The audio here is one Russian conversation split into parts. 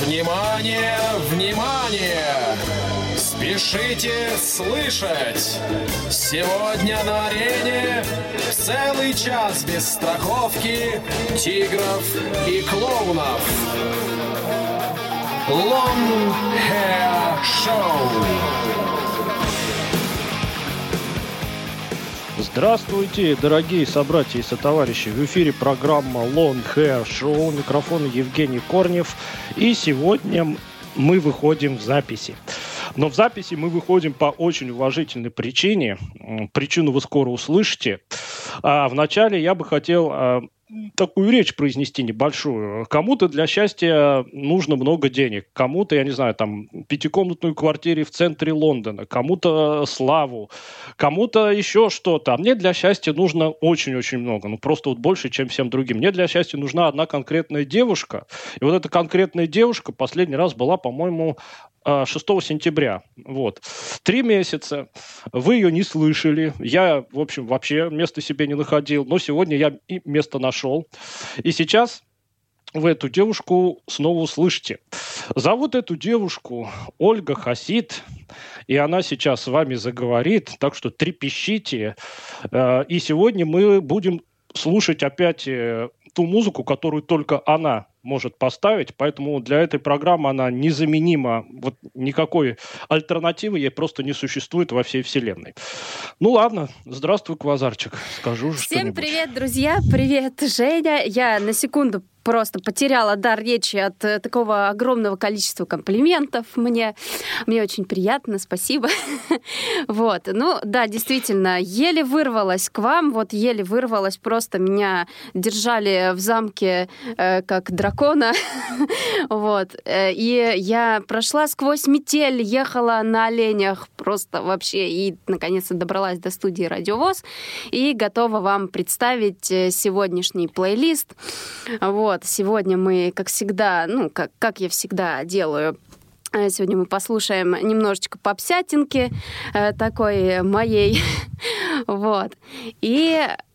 Внимание, внимание! Спешите слышать! Сегодня на арене целый час без страховки тигров и клоунов. Long Hair Show. Здравствуйте, дорогие собратья и сотоварищи! В эфире программа Long Hair Show. У микрофона Евгений Корнев. И сегодня мы выходим в записи. Но в записи мы выходим по очень уважительной причине. Причину вы скоро услышите. А вначале я бы хотел такую речь произнести небольшую. Кому-то для счастья нужно много денег. Кому-то, я не знаю, там, пятикомнатную квартиру в центре Лондона. Кому-то славу. Кому-то еще что-то. А мне для счастья нужно очень-очень много. Ну, просто вот больше, чем всем другим. Мне для счастья нужна одна конкретная девушка. И вот эта конкретная девушка последний раз была, по-моему, 6 сентября. Вот. 3 месяца. Вы ее не слышали. Я, в общем, вообще места себе не находил. Но сегодня я и место нашел. И сейчас вы эту девушку снова услышите. Зовут эту девушку Ольга Хасид. И она сейчас с вами заговорит. Так что трепещите. И сегодня мы будем слушать опять ту музыку, которую только она может поставить, поэтому для этой программы она незаменима. Вот никакой альтернативы ей просто не существует во всей вселенной. Ну ладно, здравствуй, Квазарчик, скажу что-нибудь. Всем привет, друзья, привет, Женя. Я на секунду просто потеряла дар речи от такого огромного количества комплиментов мне. Мне очень приятно, спасибо. Вот, ну да, действительно, еле вырвалась к вам, вот еле вырвалась, просто меня держали в замке как дракона. Вот, и я прошла сквозь метель, ехала на оленях просто вообще, и наконец-то добралась до студии «Радиовоз» и готова вам представить сегодняшний плейлист. Вот. Сегодня мы, как всегда, как я всегда делаю, сегодня мы послушаем немножечко попсятинки такой моей. Вот. И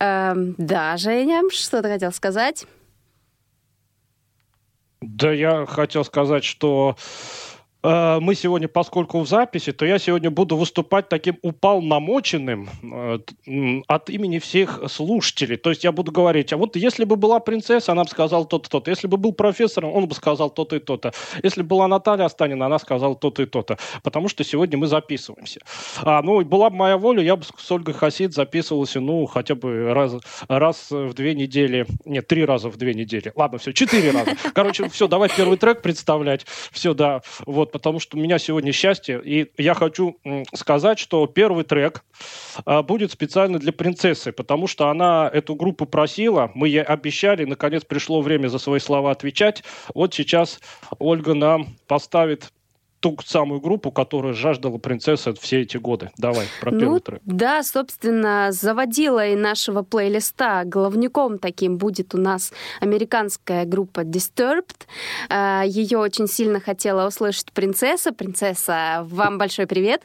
да, Женя, что ты хотел сказать? Да, я хотел сказать, что мы сегодня, поскольку в записи, то я сегодня буду выступать таким уполномоченным от имени всех слушателей. То есть я буду говорить, а вот если бы была принцесса, она бы сказала то-то, то-то. Если бы был профессором, он бы сказал то-то и то-то. Если бы была Наталья Останина, она сказала то-то и то-то. Потому что сегодня мы записываемся. Ну, была бы моя воля, я бы с Ольгой Хасид записывался, хотя бы раз в 2 недели. Нет, 3 раза в 2 недели. Ладно, все, 4 раза. Короче, все, давай первый трек представлять. Все, да, вот. Потому что у меня сегодня счастье, и я хочу сказать, что первый трек будет специально для принцессы, потому что она эту группу просила, мы ей обещали, наконец пришло время за свои слова отвечать. Вот сейчас Ольга нам поставит ту самую группу, которая жаждала принцессы все эти годы. Давай, про первый трек. Да, собственно, заводилой нашего плейлиста, главняком таким будет у нас американская группа Disturbed. Ее очень сильно хотела услышать принцесса. Принцесса, вам большой привет.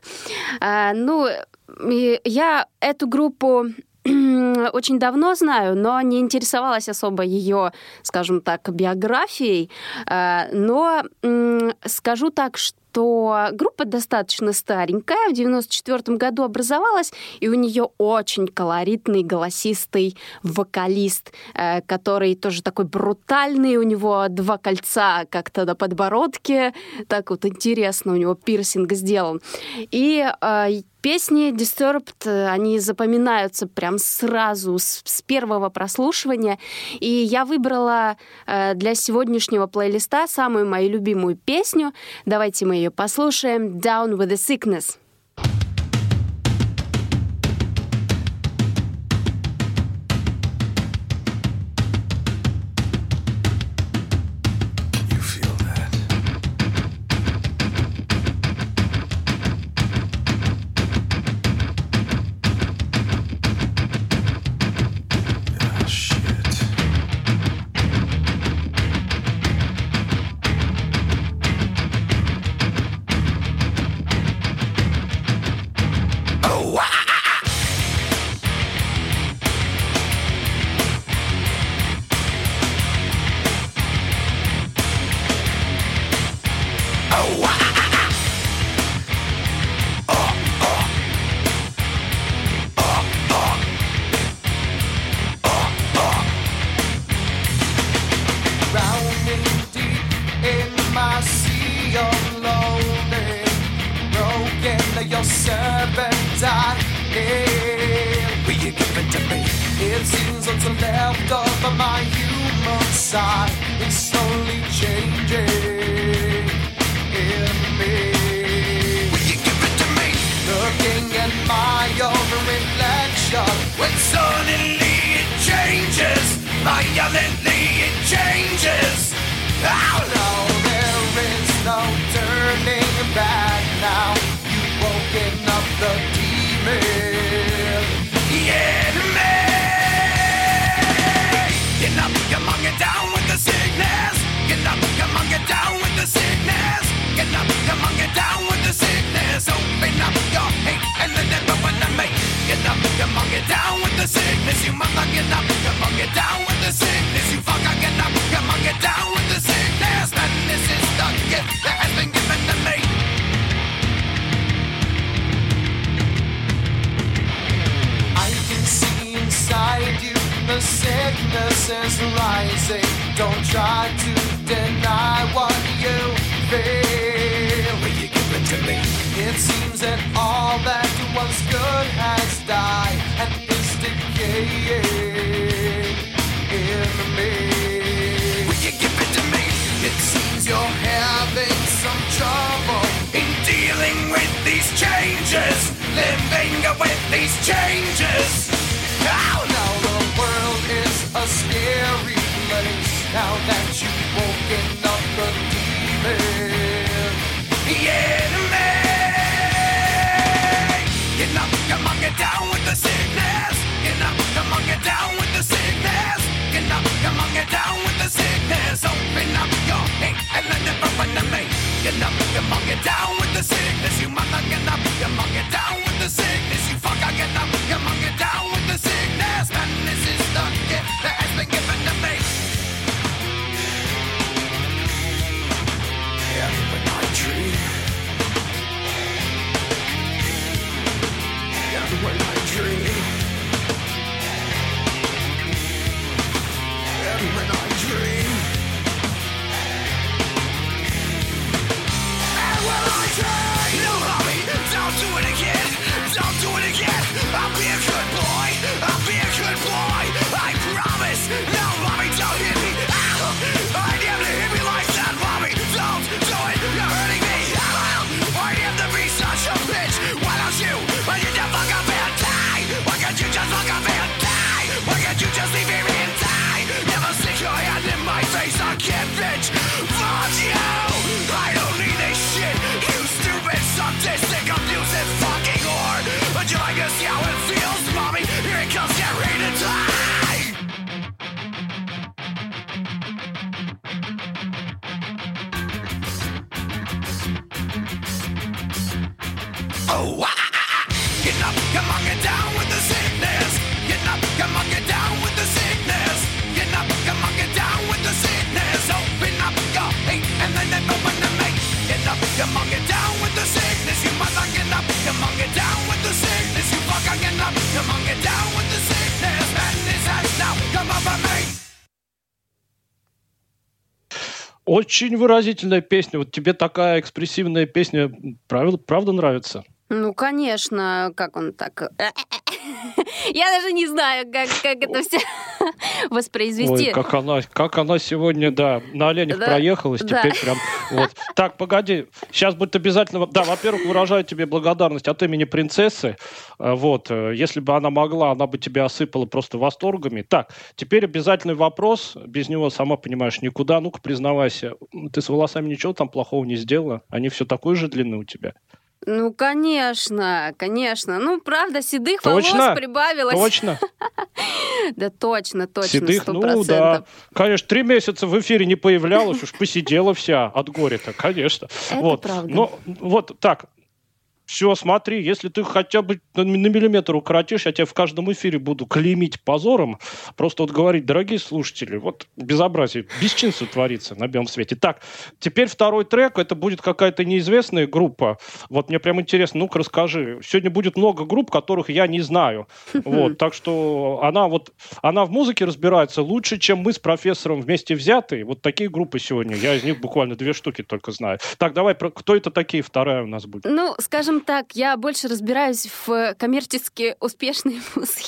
Я эту группу очень давно знаю, но не интересовалась особо ее, скажем так, биографией. Но скажу так, что группа достаточно старенькая, в 1994 году образовалась, и у нее очень колоритный, голосистый вокалист, который тоже такой брутальный, у него 2 кольца как-то на подбородке, так вот интересно, у него пирсинг сделан. И песни Disturbed, они запоминаются прям сразу, с первого прослушивания. И я выбрала для сегодняшнего плейлиста самую мою любимую песню. Давайте мы ее послушаем. Down with the Sickness. you give it to me? It seems what's left of my human side is slowly changing in me. Will you give it to me? Looking at my own reflection, when suddenly it changes, violently it changes. Oh no, there is no turning back now. You've woken up the demon in me. Get up, come on, get down with the sickness. Get up, come on, get down with the sickness. Get up, come on, get down with the sickness. Open up your hate and let it open to me. Get up, come on, get down with the sickness. You mother, get up, come on, get down with the sickness. You fucker, get up, come on, get down with the sickness. And this is the gift that has been given to me. I can see inside you the sickness is rising. Don't try to deny what you feel. Will you give it to me? It seems that all that was good has died and is decaying in me. Will you give it to me? It seems you're having some trouble in dealing with these changes, living with these changes. Oh no, the world is a scary place now that you've woken up the demon in me. Get up, come on, get down with the sickness. Get up, come on, get down with the sickness. Get up, come on, get down with the sickness. Open up your hate and let it open to me. Get up, come on, get down with the sickness. You mother, get up, come on, get down with the sickness. You fucker, get up, come on, get down with the sickness. And this is the gift that has been given to me. Yeah, when I dream. Yeah, when I dream. Yeah, when I dream. And when I dream. No, mommy, don't do it again. Don't do it again. I'll be a good boy. I'll be a good boy. I promise. No, mommy, don't hit me. Ow! I never hit me like that, mommy. Don't do it. You're hurting me. Ow! I am to be such a bitch. Why don't you? Why can't you fuck up and die? Why can't you just fuck up and die? Why can't you just leave me and die? Never stick your hand in my face. I can't bitch. Fuck you. I don't need this shit. You stupid, sadistic, abusive fucking whore. Would you like to see how it feels, mommy? Here it comes, get ready to die. Oh, get up, come on, get down with the sickness. Get up, come on, get down with the sickness. Get up, come on, get down with the sickness. Open up your hate and then it open to me. Get up, come on, get down with the sickness. You mother, get up, come on, get down with the sickness. You fucker, get up, come on, get down with the sickness. And this has now come over me. Очень выразительная песня. Вот тебе такая экспрессивная песня, правда нравится? Ну, конечно, как он так... Я даже не знаю, как это все воспроизвести. Ой, как она сегодня, да, на оленях проехалась, теперь прям вот. Так, погоди, сейчас будет обязательно... Да, во-первых, выражаю тебе благодарность от имени принцессы. Вот, если бы она могла, она бы тебя осыпала просто восторгами. Так, теперь обязательный вопрос, без него, сама понимаешь, никуда. Ну-ка, признавайся, ты с волосами ничего там плохого не сделала? Они все такой же длины у тебя? Ну, конечно. Ну, правда, седых волос прибавилось. Точно? Да точно, седых, 100%. ну да. Конечно, 3 месяца в эфире не появлялась, уж посидела вся от горя-то, конечно. Это правда. Но вот так. Все, смотри, если ты хотя бы на миллиметр укоротишь, я тебя в каждом эфире буду клеймить позором. Просто вот говорить, дорогие слушатели, вот безобразие, бесчинство творится на белом свете. Так, теперь второй трек, это будет какая-то неизвестная группа. Вот мне прям интересно, ну-ка расскажи. Сегодня будет много групп, которых я не знаю. Вот, так что она в музыке разбирается лучше, чем мы с профессором вместе взятые. Вот такие группы сегодня. Я из них буквально 2 штуки только знаю. Так, давай, кто это такие? Вторая у нас будет. Ну, скажем так, я больше разбираюсь в коммерчески успешной музыке.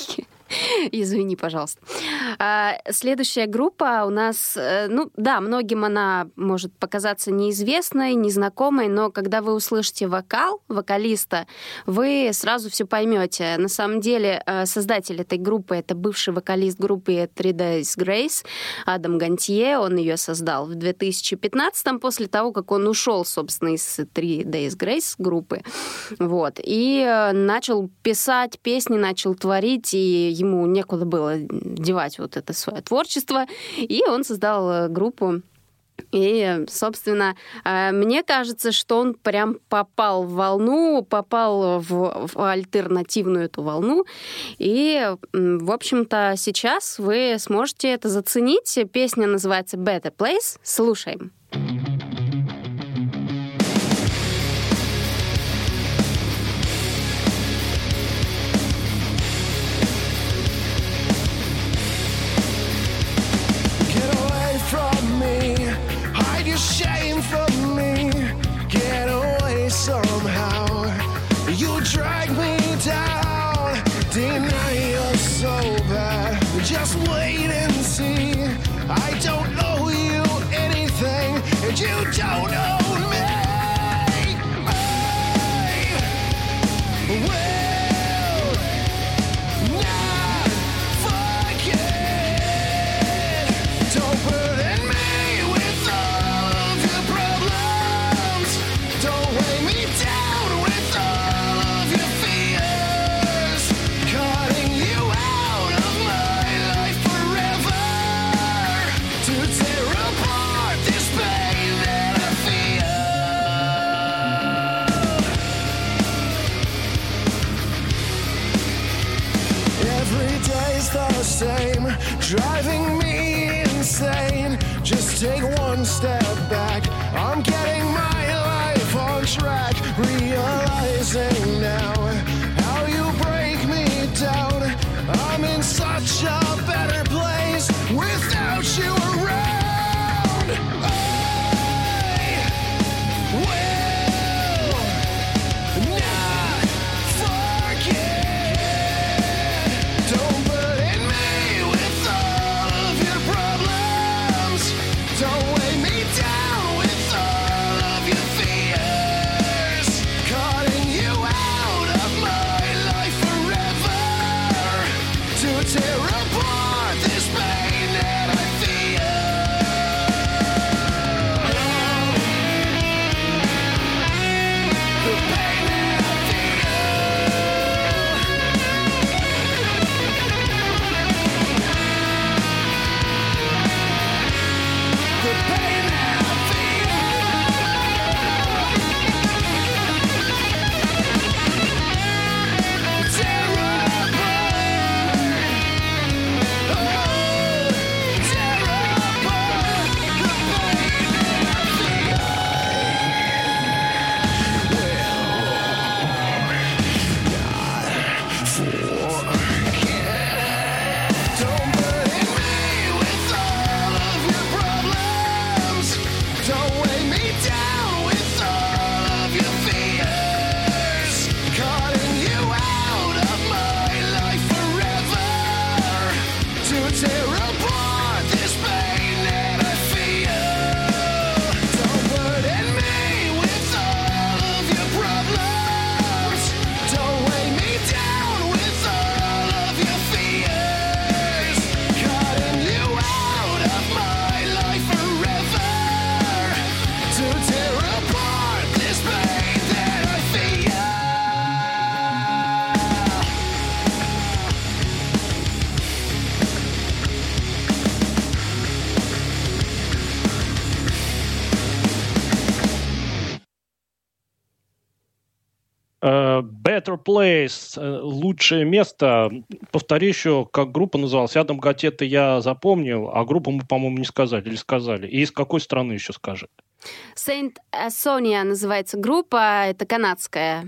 Извини, пожалуйста. Следующая группа у нас, многим она может показаться неизвестной, незнакомой, но когда вы услышите вокалиста, вы сразу все поймете. На самом деле создатель этой группы — это бывший вокалист группы Three Days Grace Адам Гантье. Он ее создал в 2015-м, после того, как он ушел, собственно, из Three Days Grace группы. Вот. И начал писать песни, начал творить, и ему некуда было девать вот это свое творчество, и он создал группу. И, собственно, мне кажется, что он прям попал в волну, попал в альтернативную эту волну. И, в общем-то, сейчас вы сможете это заценить. Песня называется «Better Place». Слушаем. Shame from me, get away somehow. You drag me down, deny you're so bad. Just wait and see. I don't owe you anything, and you don't owe me. I will not forget. Don't burden me. Same, driving me insane. Just take one step back. I'm getting my life on track. Realizing now how you break me down. I'm in such a better place without you around. I will not forget. Don't Better Place, лучшее место. Повтори еще, как группа называлась. Адам Гантье-то я запомнил, а группу мы, по-моему, не сказали. Или сказали? И из какой страны еще скажи? Saint Asonia называется группа. Это канадская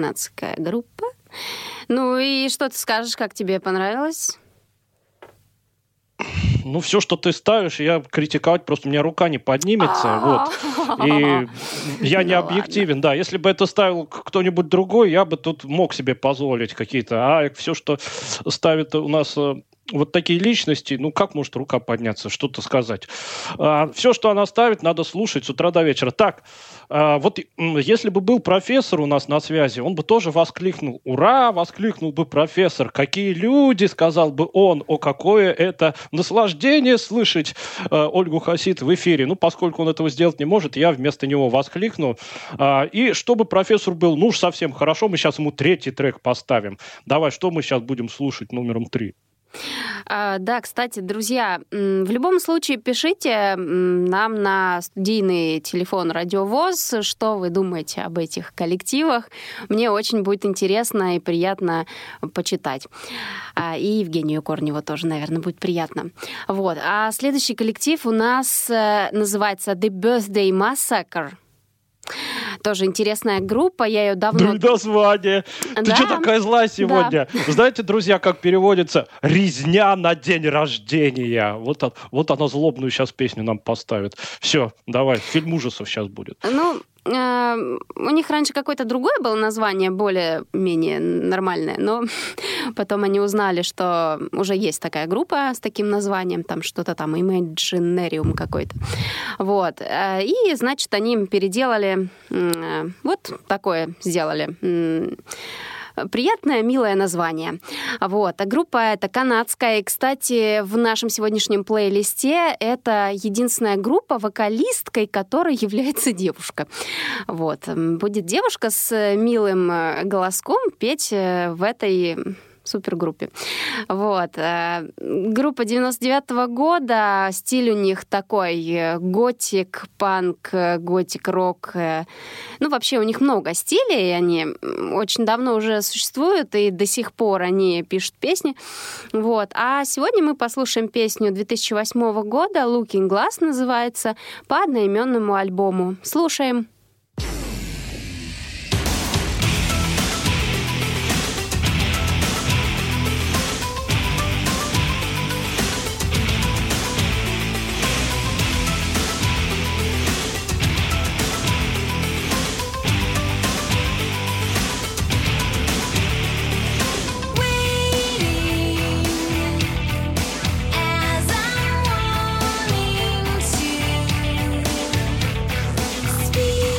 группа. Ну и что ты скажешь, как тебе понравилось? ну, все, что ты ставишь, я критиковать просто у меня рука не поднимется. Вот. И я не объективен, да. Если бы это ставил кто-нибудь другой, я бы тут мог себе позволить какие-то. А все, что ставит у нас вот такие личности, ну, как может рука подняться, что-то сказать? Все, что она ставит, надо слушать с утра до вечера. Так, вот если бы был профессор у нас на связи, он бы тоже воскликнул: «Ура!» — воскликнул бы профессор. «Какие люди!» — сказал бы он. «О, какое это наслаждение слышать Ольгу Хасид в эфире!» Ну, поскольку он этого сделать не может, я вместо него воскликну. И чтобы профессор был, ну уж совсем хорошо, мы сейчас ему 3-й трек поставим. Давай, что мы сейчас будем слушать номером 3? Да, кстати, друзья, в любом случае пишите нам на студийный телефон Радио ВОС, что вы думаете об этих коллективах. Мне очень будет интересно и приятно почитать. И Евгению Корневу тоже, наверное, будет приятно. Вот. А следующий коллектив у нас называется The Birthday Massacre. Тоже интересная группа, я ее давно... Да и название. Да? Ты что такая злая сегодня? Да. Знаете, друзья, как переводится? «Резня на день рождения». Вот она злобную сейчас песню нам поставит. Все, давай, фильм ужасов сейчас будет. Ну, у них раньше какое-то другое было название, более-менее нормальное, но потом они узнали, что уже есть такая группа с таким названием, там что-то там Imaginarium какой-то. Вот. И, значит, они переделали, вот такое сделали. Приятное, милое название. Вот. А группа эта канадская. И, кстати, в нашем сегодняшнем плейлисте это единственная группа, вокалисткой которой является девушка. Вот. Будет девушка с милым голоском петь в этой супергруппе. Вот. Группа 99-го года, стиль у них такой готик, панк, готик-рок. Ну, вообще у них много стилей, они очень давно уже существуют, и до сих пор они пишут песни. Вот. А сегодня мы послушаем песню 2008 года, «Looking Glass» называется, по одноименному альбому. Слушаем. As I'm wanting to speak.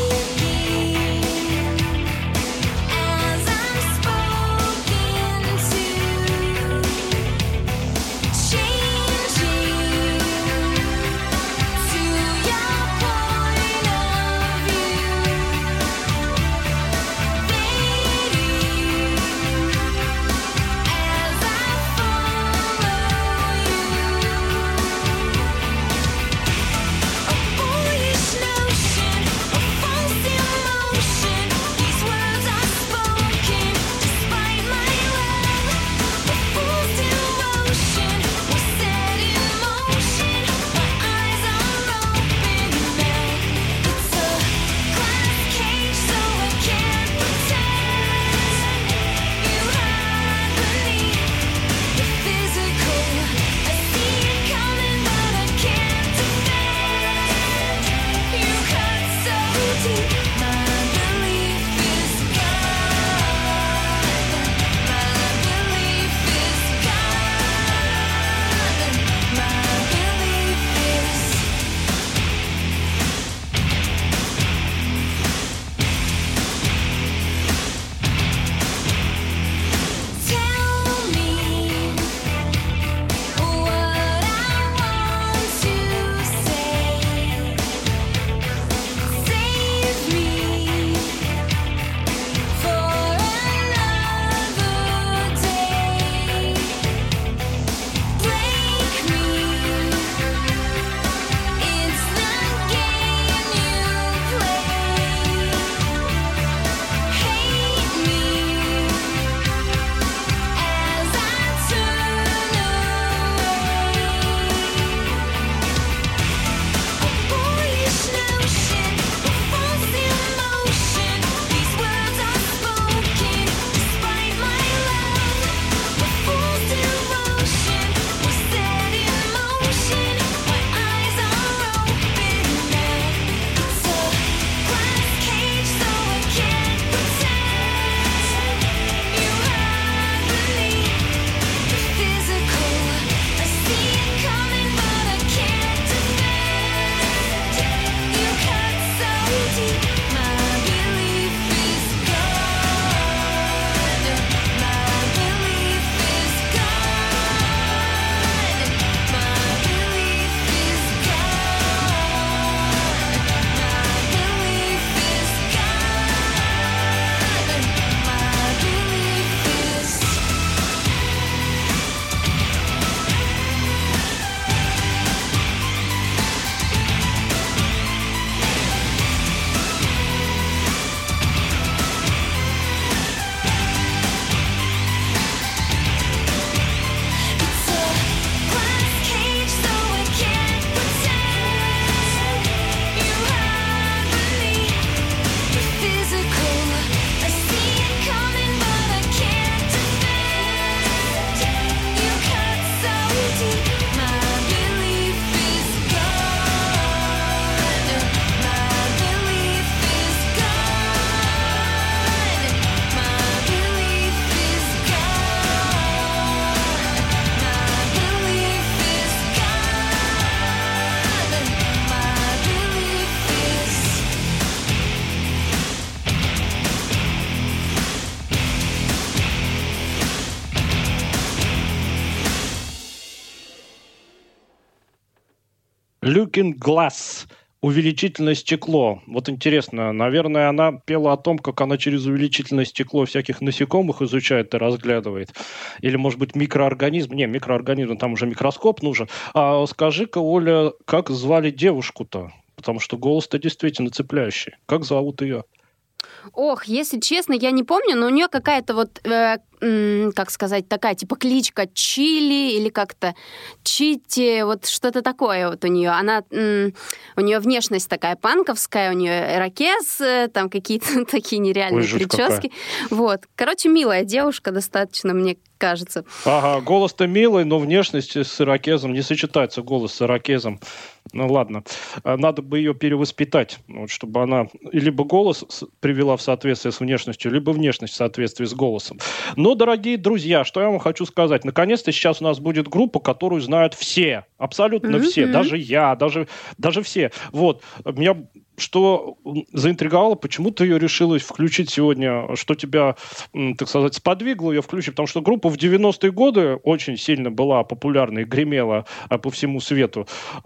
Looking Glass. Увеличительное стекло. Вот интересно, наверное, она пела о том, как она через увеличительное стекло всяких насекомых изучает и разглядывает. Или, может быть, микроорганизм. Не, микроорганизм, там уже микроскоп нужен. А скажи-ка, Оля, как звали девушку-то? Потому что голос-то действительно цепляющий. Как зовут ее? Ох, если честно, я не помню, но у нее какая-то вот, как сказать, такая типа кличка Чили или как-то Чити, вот что-то такое вот у нее. У нее внешность такая панковская, у нее ирокез, там какие-то такие нереальные прически. Вот. Короче, милая девушка достаточно, мне кажется. Ага, голос-то милый, но внешность с ирокезом не сочетается, голос с ирокезом. Ну ладно, надо бы ее перевоспитать, вот, чтобы она либо голос привела в соответствие с внешностью, либо внешность в соответствии с голосом. Но, дорогие друзья, что я вам хочу сказать. Наконец-то сейчас у нас будет группа, которую знают все, абсолютно все, даже я, даже все. Вот, меня что заинтриговало, почему ты ее решилась включить сегодня, что тебя, так сказать, сподвигло ее включить, потому что группа в 90-е годы очень сильно была популярна и гремела по всему свету.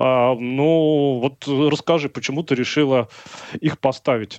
Ну, вот расскажи, почему ты решила их поставить?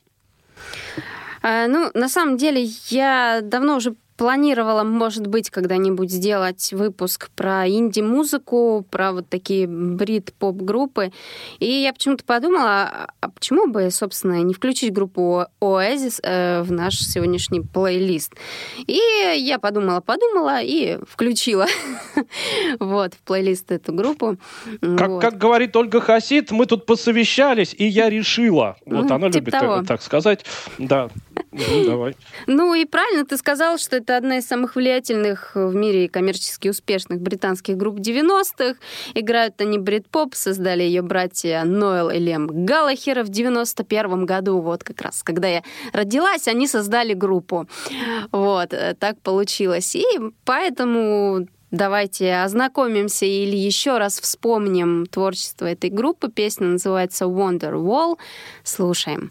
Ну, на самом деле, я давно уже планировала, может быть, когда-нибудь сделать выпуск про инди-музыку, про вот такие брит-поп-группы. И я почему-то подумала, а почему бы, собственно, не включить группу Oasis в наш сегодняшний плейлист. И я подумала и включила вот в плейлист эту группу. Как говорит Ольга Хасид, мы тут посовещались, и я решила. Вот она любит так сказать. Да. Давай. Ну и правильно ты сказал, что это одна из самых влиятельных в мире и коммерчески успешных британских групп 90-х. Играют они брит-поп, создали ее братья Ноэл и Лем Галлахер в 91 году. Вот как раз, когда я родилась, они создали группу. Вот, так получилось. И поэтому давайте ознакомимся или еще раз вспомним творчество этой группы. Песня называется Wonderwall. Слушаем.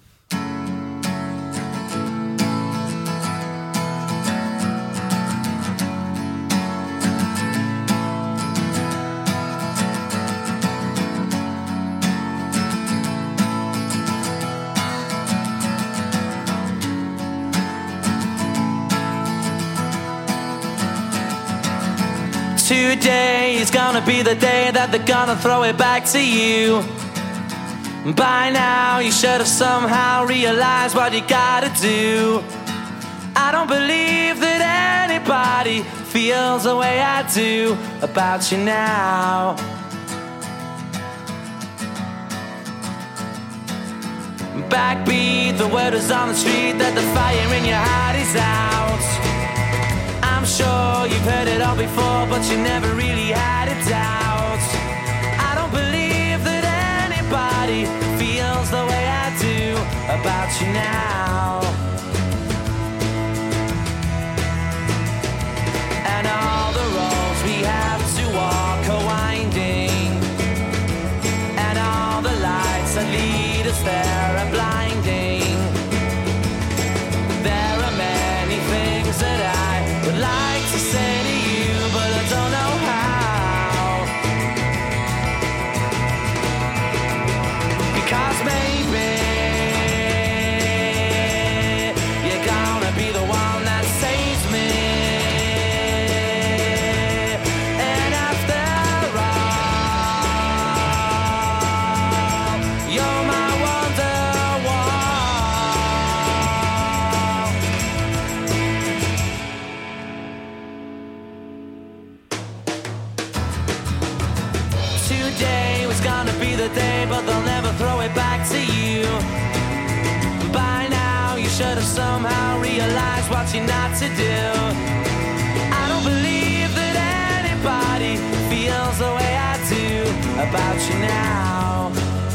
Today is gonna be the day that they're gonna throw it back to you. By now you should have somehow realized what you gotta do. I don't believe that anybody feels the way I do about you now. Backbeat, the word is on the street that the fire in your heart is out. I'm sure you've heard it all before, but you never really had a doubt. I don't believe that anybody feels the way I do about you now. And all the roads we have to walk are winding, and all the lights that lead us there are blinding. There are many things that I would like to say to you, but I don't know how. Because maybe you're gonna be the one that saves me. And after all, you're my Wonderwall. Today was gonna be the day, but they'll never throw it back to you. By now you should have somehow realized what you're not to do. I don't believe that anybody feels the way I do about you now.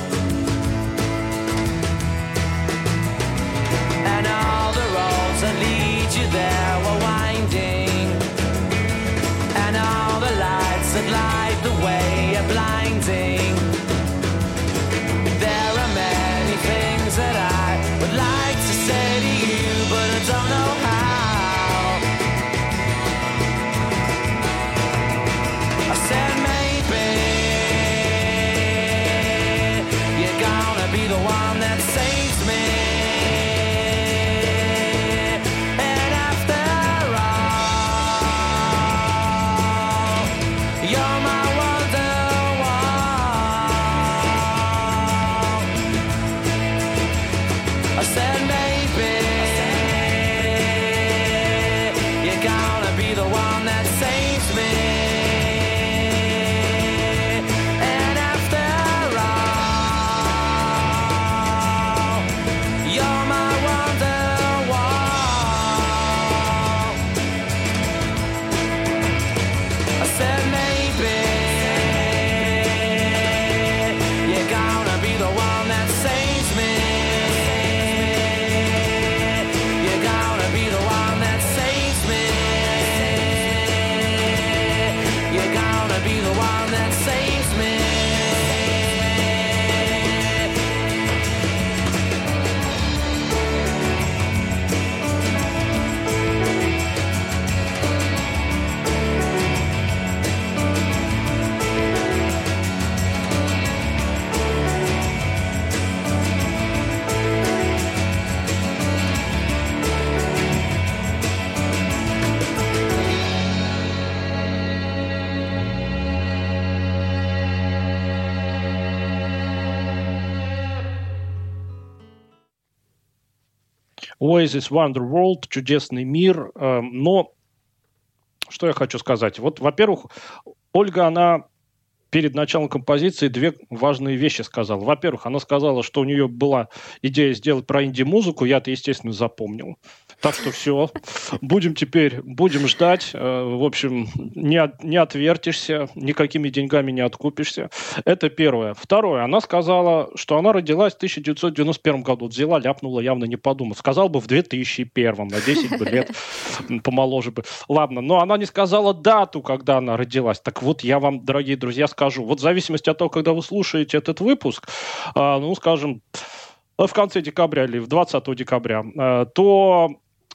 And all the roads that lead you there were winding, and all the lights that light the way are blinding. There are many things that I would like to say to you, but I don't know how. I said maybe Oasis Wonder World, чудесный мир. Но что я хочу сказать? Вот, во-первых, Ольга, она перед началом композиции две важные вещи сказала. Во-первых, она сказала, что у нее была идея сделать про инди-музыку. Я это, естественно, запомнил. Так что все. Будем ждать. В общем, не отвертишься, никакими деньгами не откупишься. Это первое. Второе. Она сказала, что она родилась в 1991 году. Взяла, ляпнула, явно не подумав. Сказал бы в 2001, на 10 бы лет помоложе бы. Ладно, но она не сказала дату, когда она родилась. Так вот, я вам, дорогие друзья, скажу. Вот в зависимости от того, когда вы слушаете этот выпуск, ну, скажем, в конце декабря или в 20 декабря, то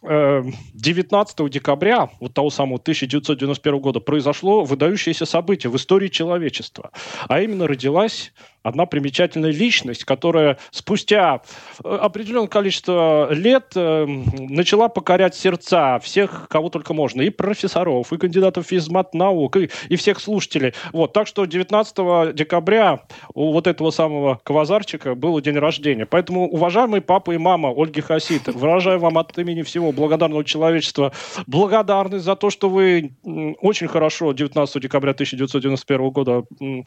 19 декабря вот того самого 1991 года произошло выдающееся событие в истории человечества. А именно родилась одна примечательная личность, которая спустя определенное количество лет начала покорять сердца всех, кого только можно. И профессоров, и кандидатов физмат-наук, и всех слушателей. Вот. Так что 19 декабря у вот этого самого квазарчика был день рождения. Поэтому, уважаемые папа и мама Ольги Хасид, выражаю вам от имени всего благодарного человечества благодарность за то, что вы очень хорошо 19 декабря 1991 года,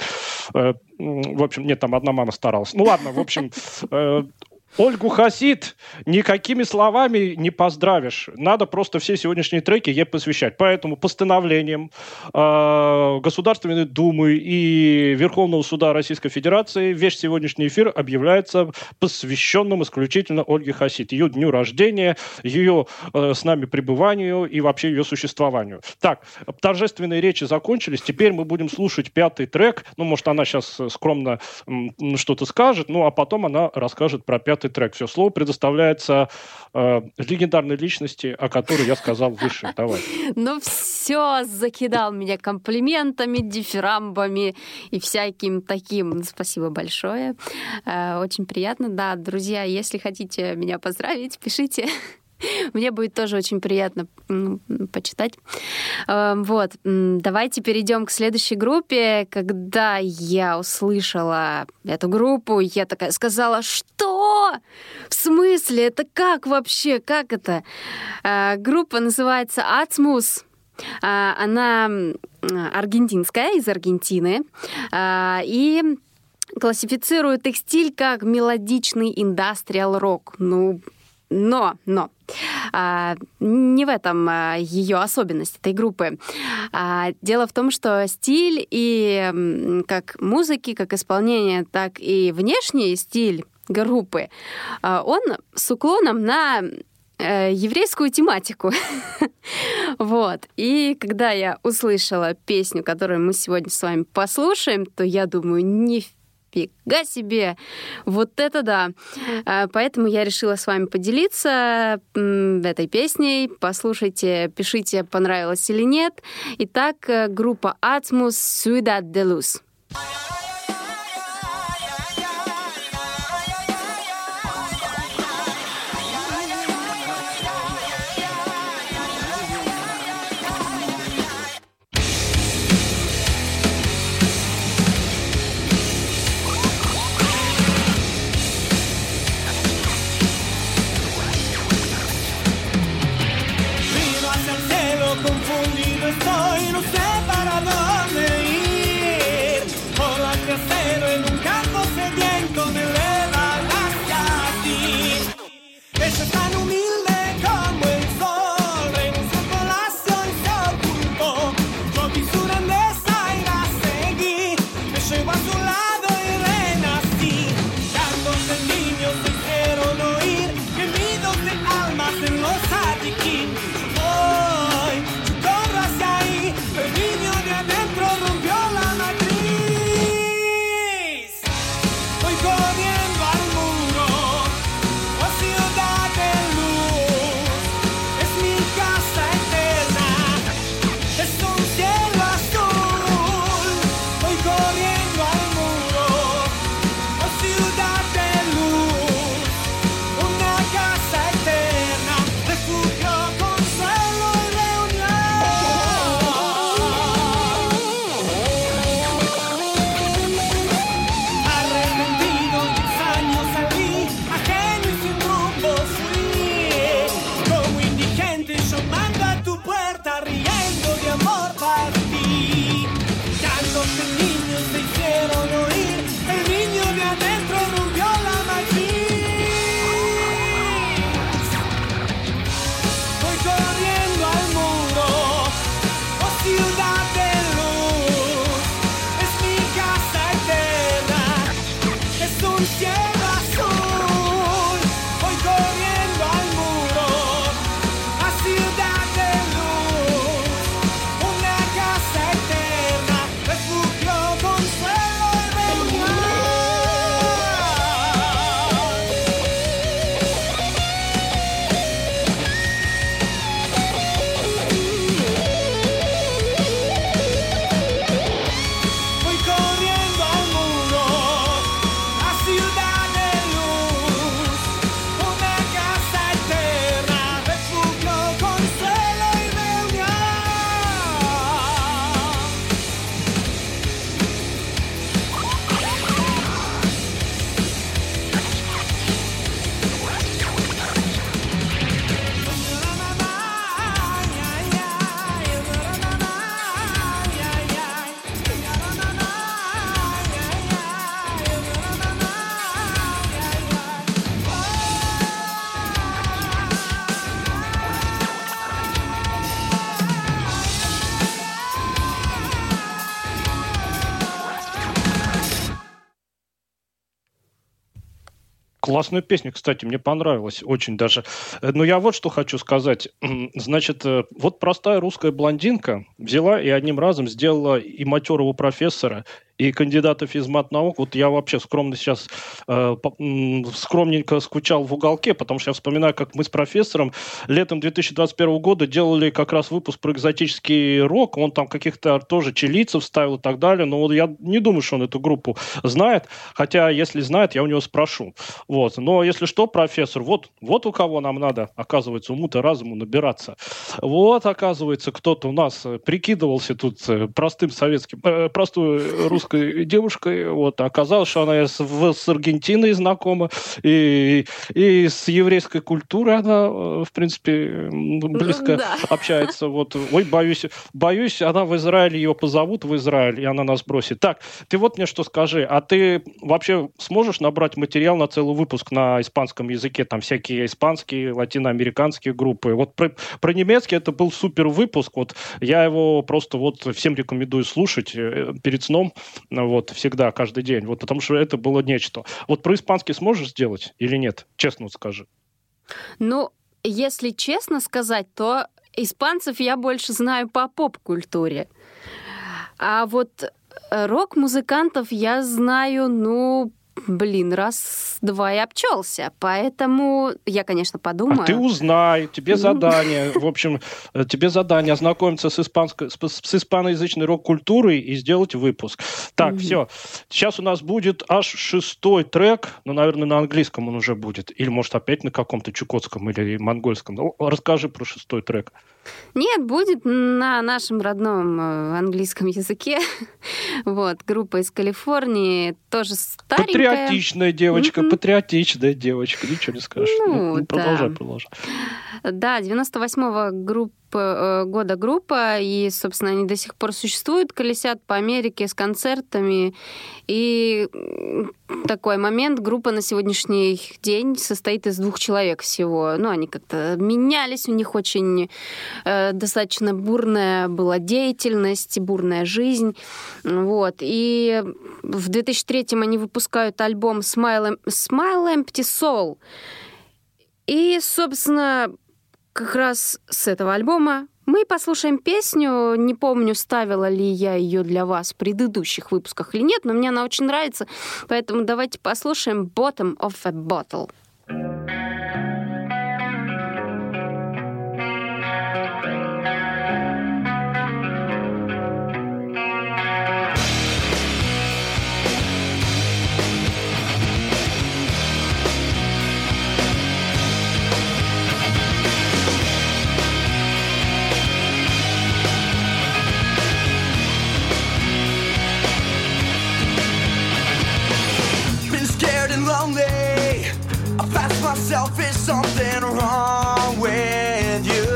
в общем, нет, там одна мама старалась. Ну ладно, в общем, Ольгу Хасид никакими словами не поздравишь. Надо просто все сегодняшние треки ей посвящать. Поэтому постановлением Государственной Думы и Верховного Суда Российской Федерации весь сегодняшний эфир объявляется посвященным исключительно Ольге Хасид. Ее дню рождения, ее с нами пребыванию и вообще ее существованию. Так, торжественные речи закончились. Теперь мы будем слушать 5-й трек. Ну, может, она сейчас скромно что-то скажет, ну, а потом она расскажет про 5-й трек. Все, слово предоставляется легендарной личности, о которой я сказал выше. Давай. Ну все, закидал меня комплиментами, дифирамбами и всяким таким. Спасибо большое. Очень приятно. Да, друзья, если хотите меня поздравить, пишите. Мне будет тоже очень приятно почитать. Вот. Давайте перейдем к следующей группе. Когда я услышала эту группу, я такая сказала, что? В смысле? Это как вообще? Как это? Группа называется Atmos. Она аргентинская, из Аргентины. И классифицирует их стиль как мелодичный индастриал-рок. Ну, но не в этом ее особенность этой группы. Дело в том, что стиль и как музыки, как исполнение, так и внешний стиль группы, он с уклоном на еврейскую тематику. Вот. И когда я услышала песню, которую мы сегодня с вами послушаем, то я думаю, нифига себе! Вот это да! Поэтому я решила с вами поделиться этой песней. Послушайте, пишите, понравилось или нет. Итак, группа Atmos, Ciudad de Luz. Confundido estoy, no sé para dónde ir. Por la Классная песня, кстати, мне понравилась очень даже. Но я вот что хочу сказать. Значит, вот простая русская блондинка взяла и одним разом сделала и матерого профессора, и кандидата физмат-наук. Вот я вообще скромно сейчас, скромненько скучал в уголке, потому что я вспоминаю, как мы с профессором летом 2021 года делали как раз выпуск про экзотический рок. Он там каких-то тоже чилийцев ставил и так далее. Но вот я не думаю, что он эту группу знает. Хотя, если знает, я у него спрошу. Вот. Но если что, профессор, вот у кого нам надо, оказывается, уму-то разуму набираться. Вот, оказывается, кто-то у нас прикидывался тут простым советским, простой русской девушкой, вот, оказалось, что она с Аргентиной знакома, и с еврейской культурой она, в принципе, близко общается. Вот. Ой, боюсь, она в Израиле, ее позовут в Израиль, и она нас бросит. Так, ты вот мне что скажи, а ты вообще сможешь набрать материал на целый выпуск на испанском языке, там всякие испанские, латиноамериканские группы? Вот про немецкий это был супер выпуск, вот я его просто вот всем рекомендую слушать перед сном, вот, всегда, каждый день, вот, потому что это было нечто. Вот про испанский сможешь сделать или нет? Честно вот скажи. Ну, если честно сказать, то испанцев я больше знаю по поп-культуре. А вот рок-музыкантов я знаю, раз-два и обчелся. Поэтому я, конечно, подумаю. А ты узнай, тебе задание. В общем, тебе задание ознакомиться с испаноязычной рок-культурой и сделать выпуск. Так, все. Сейчас у нас будет аж 6-й трек. Наверное, на английском он уже будет. Или, может, опять на каком-то чукотском или монгольском. Расскажи про 6-й трек. Нет, будет на нашем родном английском языке. Вот, группа из Калифорнии, тоже старенькая. Патриотичная девочка, ничего не скажешь. Продолжай. Да, 98-го года группа, и, собственно, они до сих пор существуют, колесят по Америке с концертами. И такой момент, группа на сегодняшний день состоит из 2 человек всего. Они как-то менялись, у них очень достаточно бурная была деятельность, бурная жизнь. Вот. И в 2003-м они выпускают альбом Smile Empty Soul. И, собственно, как раз с этого альбома мы послушаем песню. Не помню, ставила ли я ее для вас в предыдущих выпусках или нет, но мне она очень нравится. Поэтому давайте послушаем Bottom of a Bottle. Myself, is something wrong with you?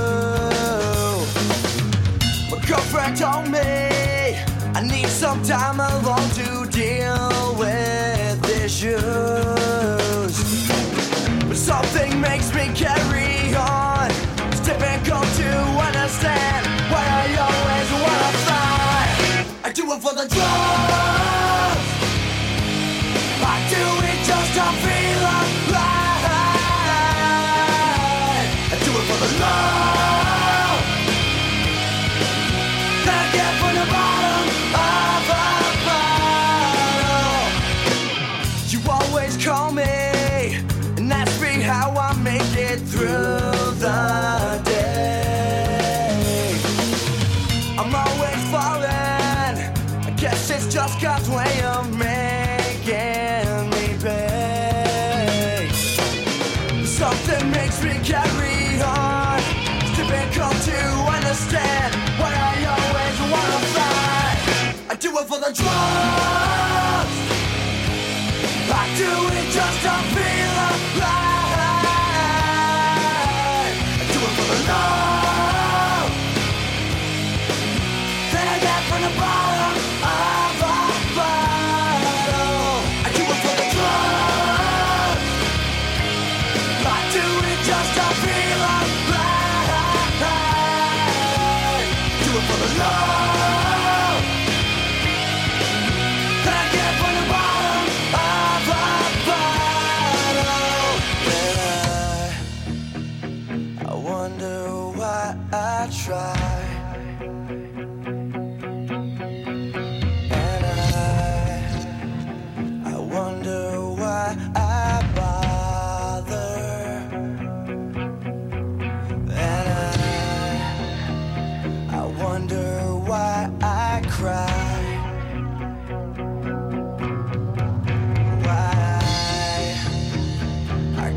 My girlfriend told me I need some time alone to deal with issues, but something makes me carry on. It's difficult to understand why I always wanna fight. I do it for the drugs, I do it just to feel alive. For the love that I get from the bottom of a bottle. You always call me and ask me how I make it through the day. I'm always falling, I guess it's just God's way of making me pay. Something makes me carry on. It's difficult to understand why I always wanna fight. I do it for the drugs, I do it just to feel alive. I do it for the love that I get from the bottom of a bottle. I do it for the drugs, I do it just to feel alive. Do it for the love that I get from the bottom of a bottle.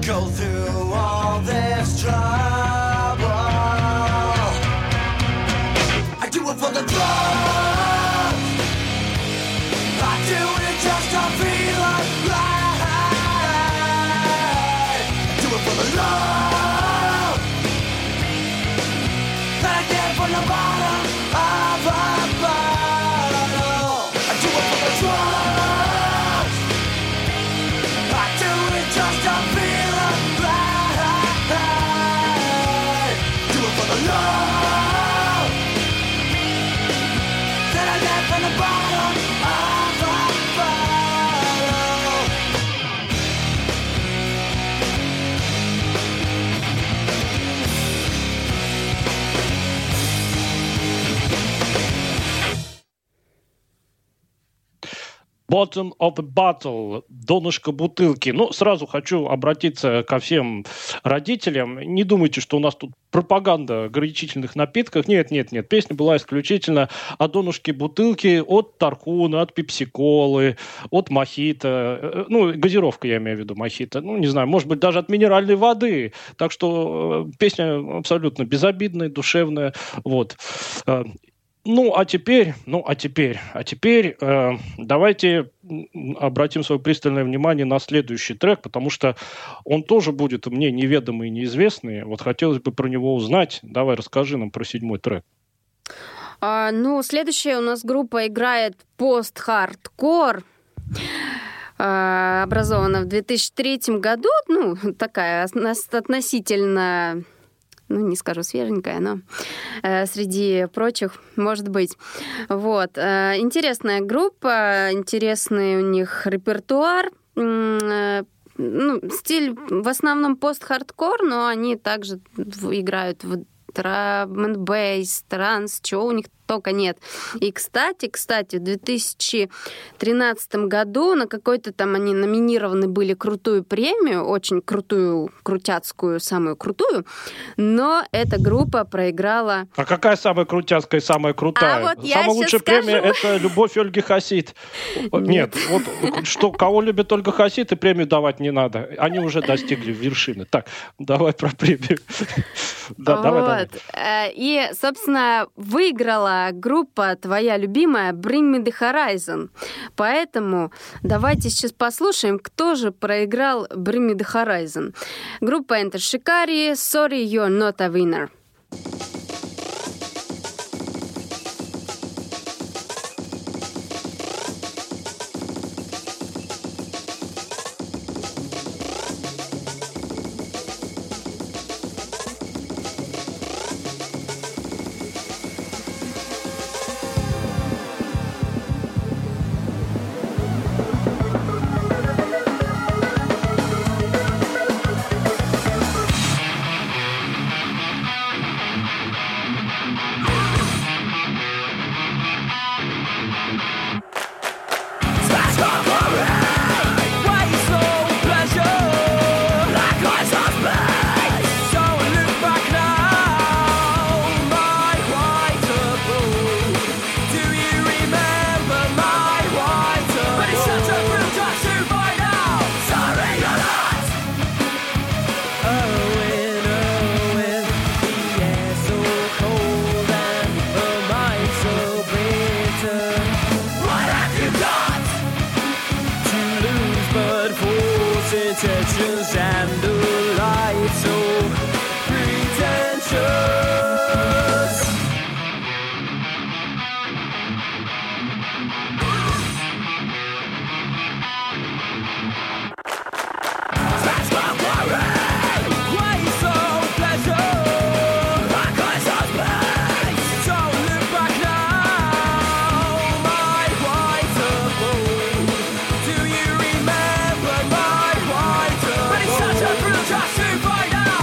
go through all this trouble. I do it for the love. I do it just to feel alive. Do it for the love that I get from the bottom of a bottle. I do it for the drugs. I do it just to feel alive. Do it for the love that I get from the bottom of a bottle. Bottom of the bottle, донышко бутылки. Ну, сразу хочу обратиться ко всем родителям. Не думайте, что у нас тут пропаганда горячительных напитков. Нет. Песня была исключительно о донышке бутылки от Тархуна, от Пепси-колы, от Мохито. Ну, газировка, я имею в виду, Мохито. Ну, не знаю, может быть, даже от минеральной воды. Так что песня абсолютно безобидная, душевная. Вот. А теперь давайте обратим свое пристальное внимание на следующий трек, потому что он тоже будет мне неведомый и неизвестный. Вот хотелось бы про него узнать. Давай, расскажи нам про 7-й трек. Следующая у нас группа играет пост-хардкор. Образована в 2003 году. Такая относительно... не скажу свеженькая, но среди прочих, может быть. Вот. Интересная группа, интересный у них репертуар. Стиль в основном пост-хардкор, но они также играют в драм-н-бейс, транс, чего у них только нет. И, кстати, в 2013 году на какой-то там они номинированы были крутую премию, очень крутую, крутяцкую, самую крутую, но эта группа проиграла... А какая самая крутяцкая и самая крутая? Самая лучшая премия — это «Любовь Ольги Хасид». Нет, кого любит Ольга Хасид, и премию давать не надо. Они уже достигли вершины. Так, давай про премию. Давай. И, собственно, выиграла группа твоя любимая Bring Me The Horizon. Поэтому давайте сейчас послушаем, кто же проиграл Bring Me The Horizon. Группа Enter Shikari, Sorry You're Not a Winner. intentions and the light so pretentious. That's my worry. Why so pleasure? Like I saw space. Don't look back now, my white moon. Do you remember my white moon? But it's such a thrill just to find out.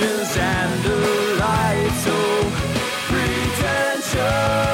emotions and a light so pretentious.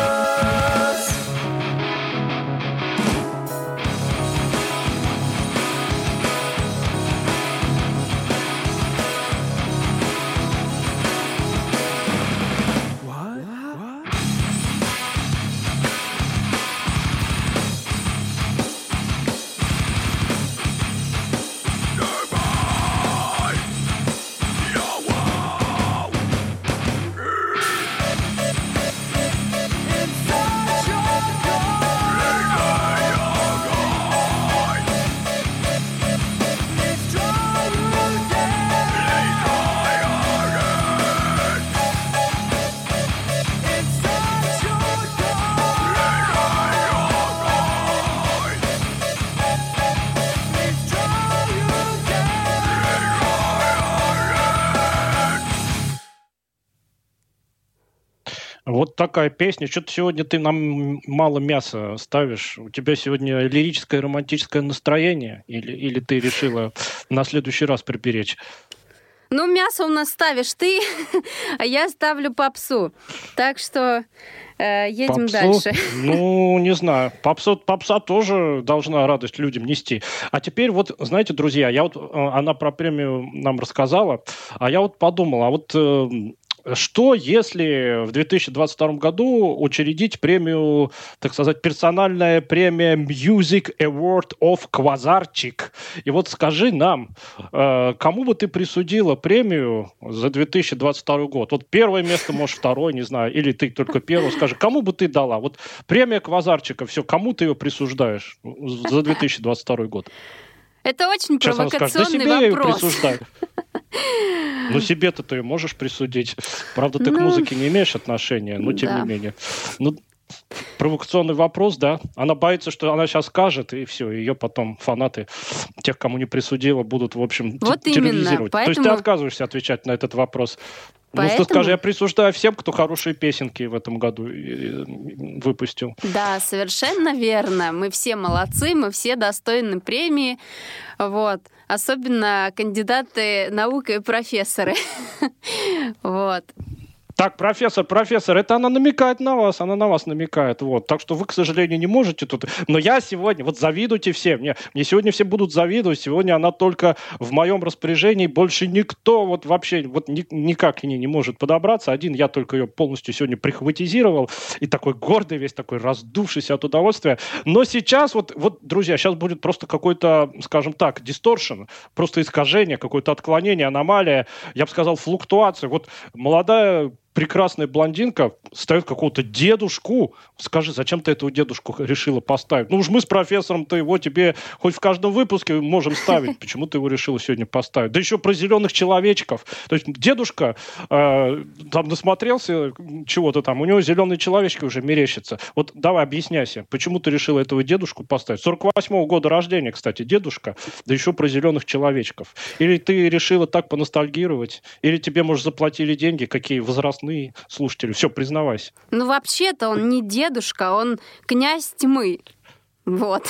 Вот такая песня. Что-то сегодня ты нам мало мяса ставишь. У тебя сегодня лирическое, романтическое настроение? Или ты решила на следующий раз приберечь? Ну, мясо у нас ставишь ты, а я ставлю попсу. Так что едем Попсу? дальше. Ну, не знаю. Попса тоже должна радость людям нести. А теперь вот, знаете, друзья, она про премию нам рассказала, а я вот подумал, а вот что, если в 2022 году учредить премию, так сказать, персональная премия Music Award of Квазарчик? И вот скажи нам, кому бы ты присудила премию за 2022 год? Вот первое место, может, второе, не знаю, или ты только первое. Скажи, кому бы ты дала? Вот премия Квазарчика, все, кому ты ее присуждаешь за 2022 год? Это очень Сейчас она скажет, да провокационный себе я ее вопрос. присуждаю. Ну, себе-то ты можешь присудить. Правда, ты к музыке не имеешь отношения, но тем да. не менее. Ну, провокационный вопрос, да. Она боится, что она сейчас скажет, и все, ее потом фанаты, тех, кому не присудила, будут, в общем, Вот терроризировать. именно, То есть ты отказываешься отвечать на этот вопрос. Поэтому... Ну, что скажи, я присуждаю всем, кто хорошие песенки в этом году выпустил. Да, совершенно верно. Мы все молодцы, мы все достойны премии. Вот. Особенно кандидаты наук и профессоры. Вот. Так, профессор, это она намекает на вас, она на вас намекает, вот. Так что вы, к сожалению, не можете тут... Но я сегодня, вот завидуйте все, мне сегодня все будут завидовать, сегодня она только в моем распоряжении, больше никто вот вообще вот никак к ней не может подобраться. Один я только ее полностью сегодня прихватизировал, и такой гордый весь, такой раздувшийся от удовольствия. Но сейчас, вот, друзья, сейчас будет просто какой-то, скажем так, дисторшн, просто искажение, какое-то отклонение, аномалия, я бы сказал, флуктуация. Вот молодая прекрасная блондинка ставит какого-то дедушку. Скажи, зачем ты этого дедушку решила поставить? Ну уж мы с профессором-то его тебе хоть в каждом выпуске можем ставить. Почему ты его решила сегодня поставить? Да еще про зеленых человечков. То есть дедушка там насмотрелся чего-то там, у него зеленые человечки уже мерещатся. Вот давай объясняйся, почему ты решила этого дедушку поставить? 48-го года рождения, кстати, дедушка, да еще про зеленых человечков. Или ты решила так поностальгировать? Или тебе, может, заплатили деньги, какие возрастные слушатели? Все, признавайся. Ну, вообще-то он не дедушка, он князь тьмы. Вот.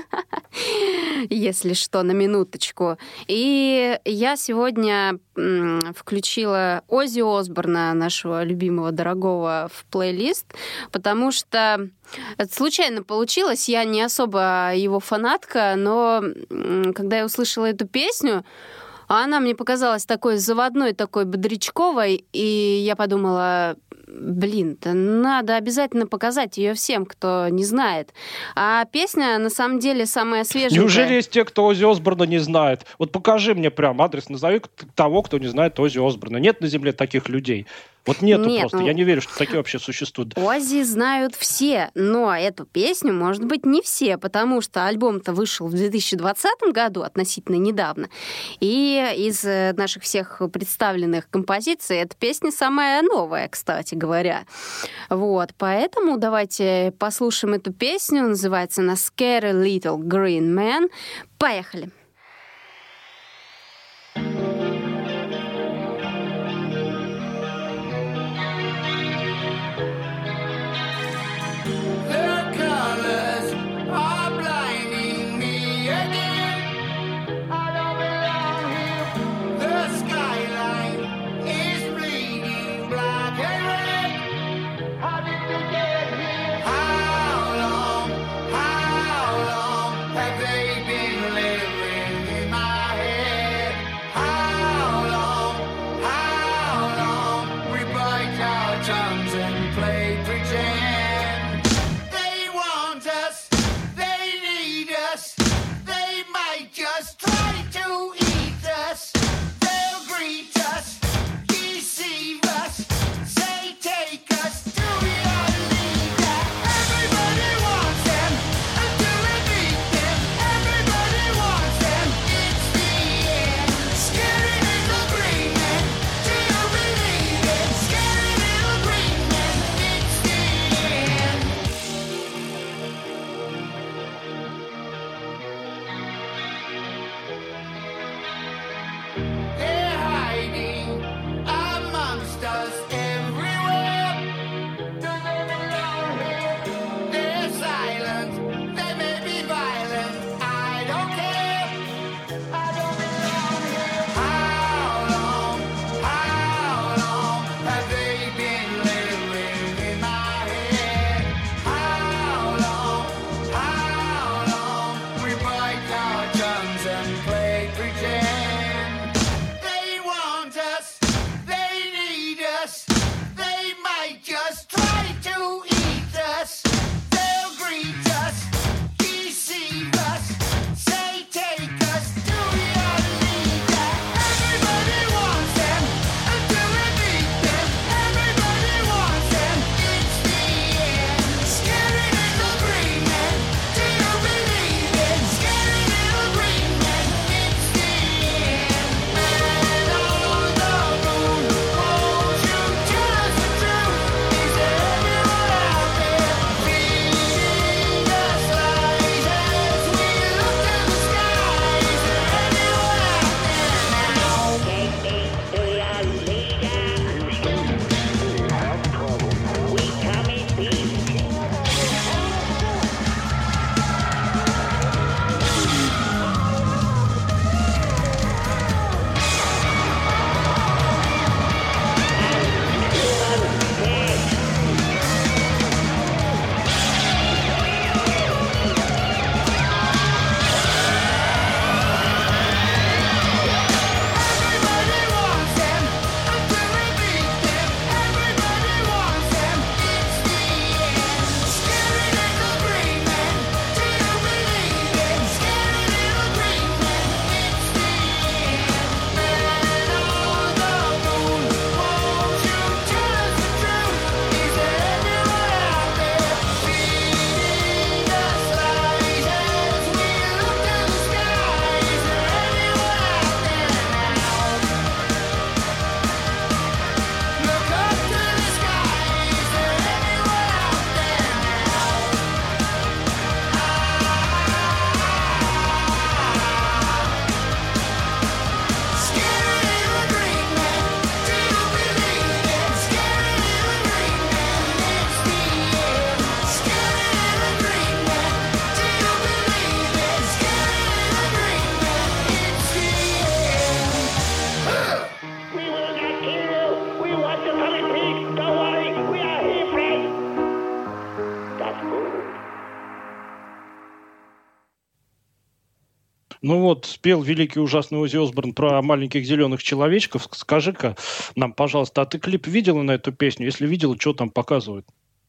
Если что, на минуточку. И я сегодня включила Оззи Осборна, нашего любимого, дорогого, в плейлист, потому что это случайно получилось. Я не особо его фанатка, но когда я услышала эту песню, она мне показалась такой заводной, такой бодрячковой, и я подумала, надо обязательно показать ее всем, кто не знает. А песня, на самом деле, самая свежая. Неужели есть те, кто Оззи Осборна не знает? Вот покажи мне прям адрес, назови того, кто не знает Оззи Осборна. Нет на земле таких людей. Вот нету просто. Я не верю, что такие вообще существуют. Оззи знают все, но эту песню, может быть, не все, потому что альбом-то вышел в 2020 году, относительно недавно. И из наших всех представленных композиций эта песня самая новая, кстати говоря. Вот, поэтому давайте послушаем эту песню. Называется она «Scary Little Green Man». Поехали! tongues and play pretend. They want us, they need us, they might just try to eat us. They'll greet us, deceive us, say take us to your leader. Everybody wants them until they beat them. Everybody wants them, it's the end. Scary little green men, do you believe it? Scary little green men, it's the end. They're hiding amongst us everywhere. They're silent, they may be violent, I don't care. I don't belong here. How long have they been living in my head? How long we bite our tongues and play pretend. They want us, they need us, they might just try to eat us. They'll greet us, deceive us, say take us to your leader. Everybody wants them until they beat them. Everybody wants them, it's the end. Scary little green men, do you believe it? Scary little green men, it's the end. Man on the moon, won't you tell us the truth? Is there anyone out there feeding us lies as we look to the sky? Is there anyone out there now? Take me to your leader. We come in peace. Everybody wants them until they beat them. Everybody wants them, it's the end. Scary little green men, do you believe it? Scary little green men, it's the end. Man on the moon, won't you tell us the truth? Is there anyone out there feeding us lies as we look to the sky? Is there anyone out there now? Look up to the sky, is there anyone out there now? Scary little green men, do you believe it? Scary little green men, it's the end. Scary little green men, do you believe it? Scary little green men, it's the end. We will not kill you. We want to come in peace. Don't worry. We are here, friend. That's good. Ну вот, спел великий ужасный Оззи Осборн про маленьких зеленых человечков. Скажи-ка нам, пожалуйста, а ты клип видела на эту песню? Если видела, что там показывают?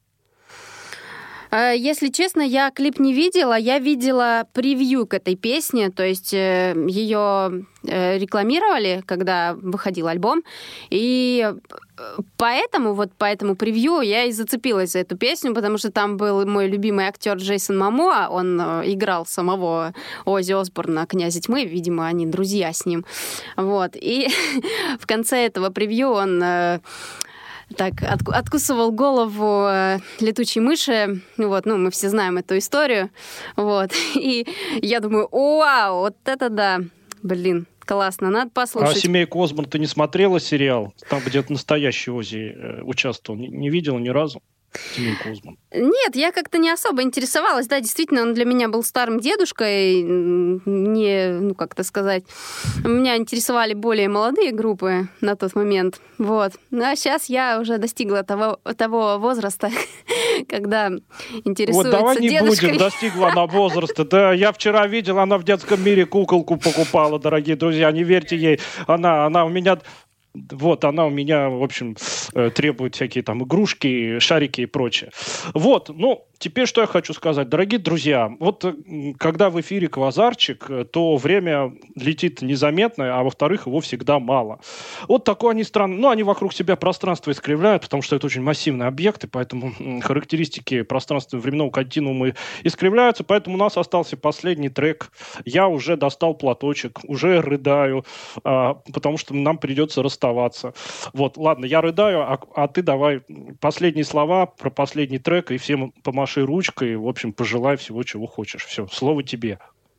Если честно, я клип не видела, я видела превью к этой песне, то есть ее рекламировали, когда выходил альбом, и поэтому, вот по этому превью я и зацепилась за эту песню, потому что там был мой любимый актер Джейсон Момоа, он играл самого Оззи Осборна, князя тьмы, видимо, они друзья с ним, вот, и в конце этого превью он так откусывал голову летучей мыши. Вот, ну, мы все знаем эту историю. Вот. И я думаю, вау, вот это да. Блин, классно, надо послушать. А «Семейку Осборн» ты не смотрела сериал? Там где-то настоящий Оззи участвовал. Не видела ни разу? «Семейку Осборн». Нет, я как-то не особо интересовалась. Да, действительно, он для меня был старым дедушкой. Не, ну, как-то сказать. Меня интересовали более молодые группы на тот момент. Вот. Ну, а сейчас я уже достигла того возраста, когда интересуется дедушкой. Вот давай не дедушкой. будем, достигла она возраста. Да, я вчера видел, она в детском мире куколку покупала, дорогие друзья. Не верьте ей. Она у меня... Вот, она у меня, в общем, требует всякие там игрушки, шарики и прочее. Вот, ну, теперь что я хочу сказать. Дорогие друзья, вот когда в эфире Квазарчик, то время летит незаметно, а во-вторых, его всегда мало. Вот такой они странный. Ну, они вокруг себя пространство искривляют, потому что это очень массивный объект, и поэтому характеристики пространственно-временного континуума искривляются, поэтому у нас остался последний трек. Я уже достал платочек, уже рыдаю, потому что нам придется расставаться. Вот, ладно, я рыдаю, а ты давай последние слова про последний трек, и всем помаши ручкой, в общем, пожелай всего, чего хочешь. Все, слово тебе.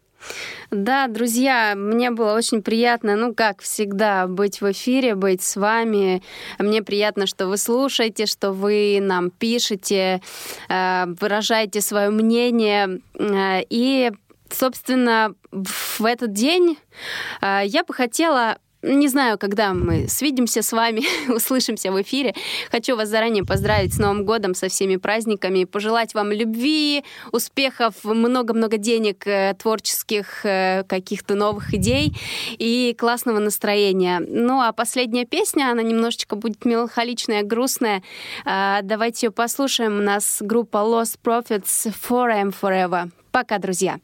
Да, друзья, мне было очень приятно, ну, как всегда, быть в эфире, быть с вами. Мне приятно, что вы слушаете, что вы нам пишете, выражаете свое мнение. И, собственно, в этот день я бы хотела... Не знаю, когда мы свидимся с вами, услышимся в эфире. Хочу вас заранее поздравить с Новым годом, со всеми праздниками, пожелать вам любви, успехов, много-много денег, творческих каких-то новых идей и классного настроения. Ну, а последняя песня, она немножечко будет меланхоличная, грустная. Давайте ее послушаем. У нас группа Lost Prophets For Forever. Пока, друзья!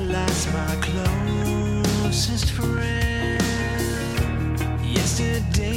Yesterday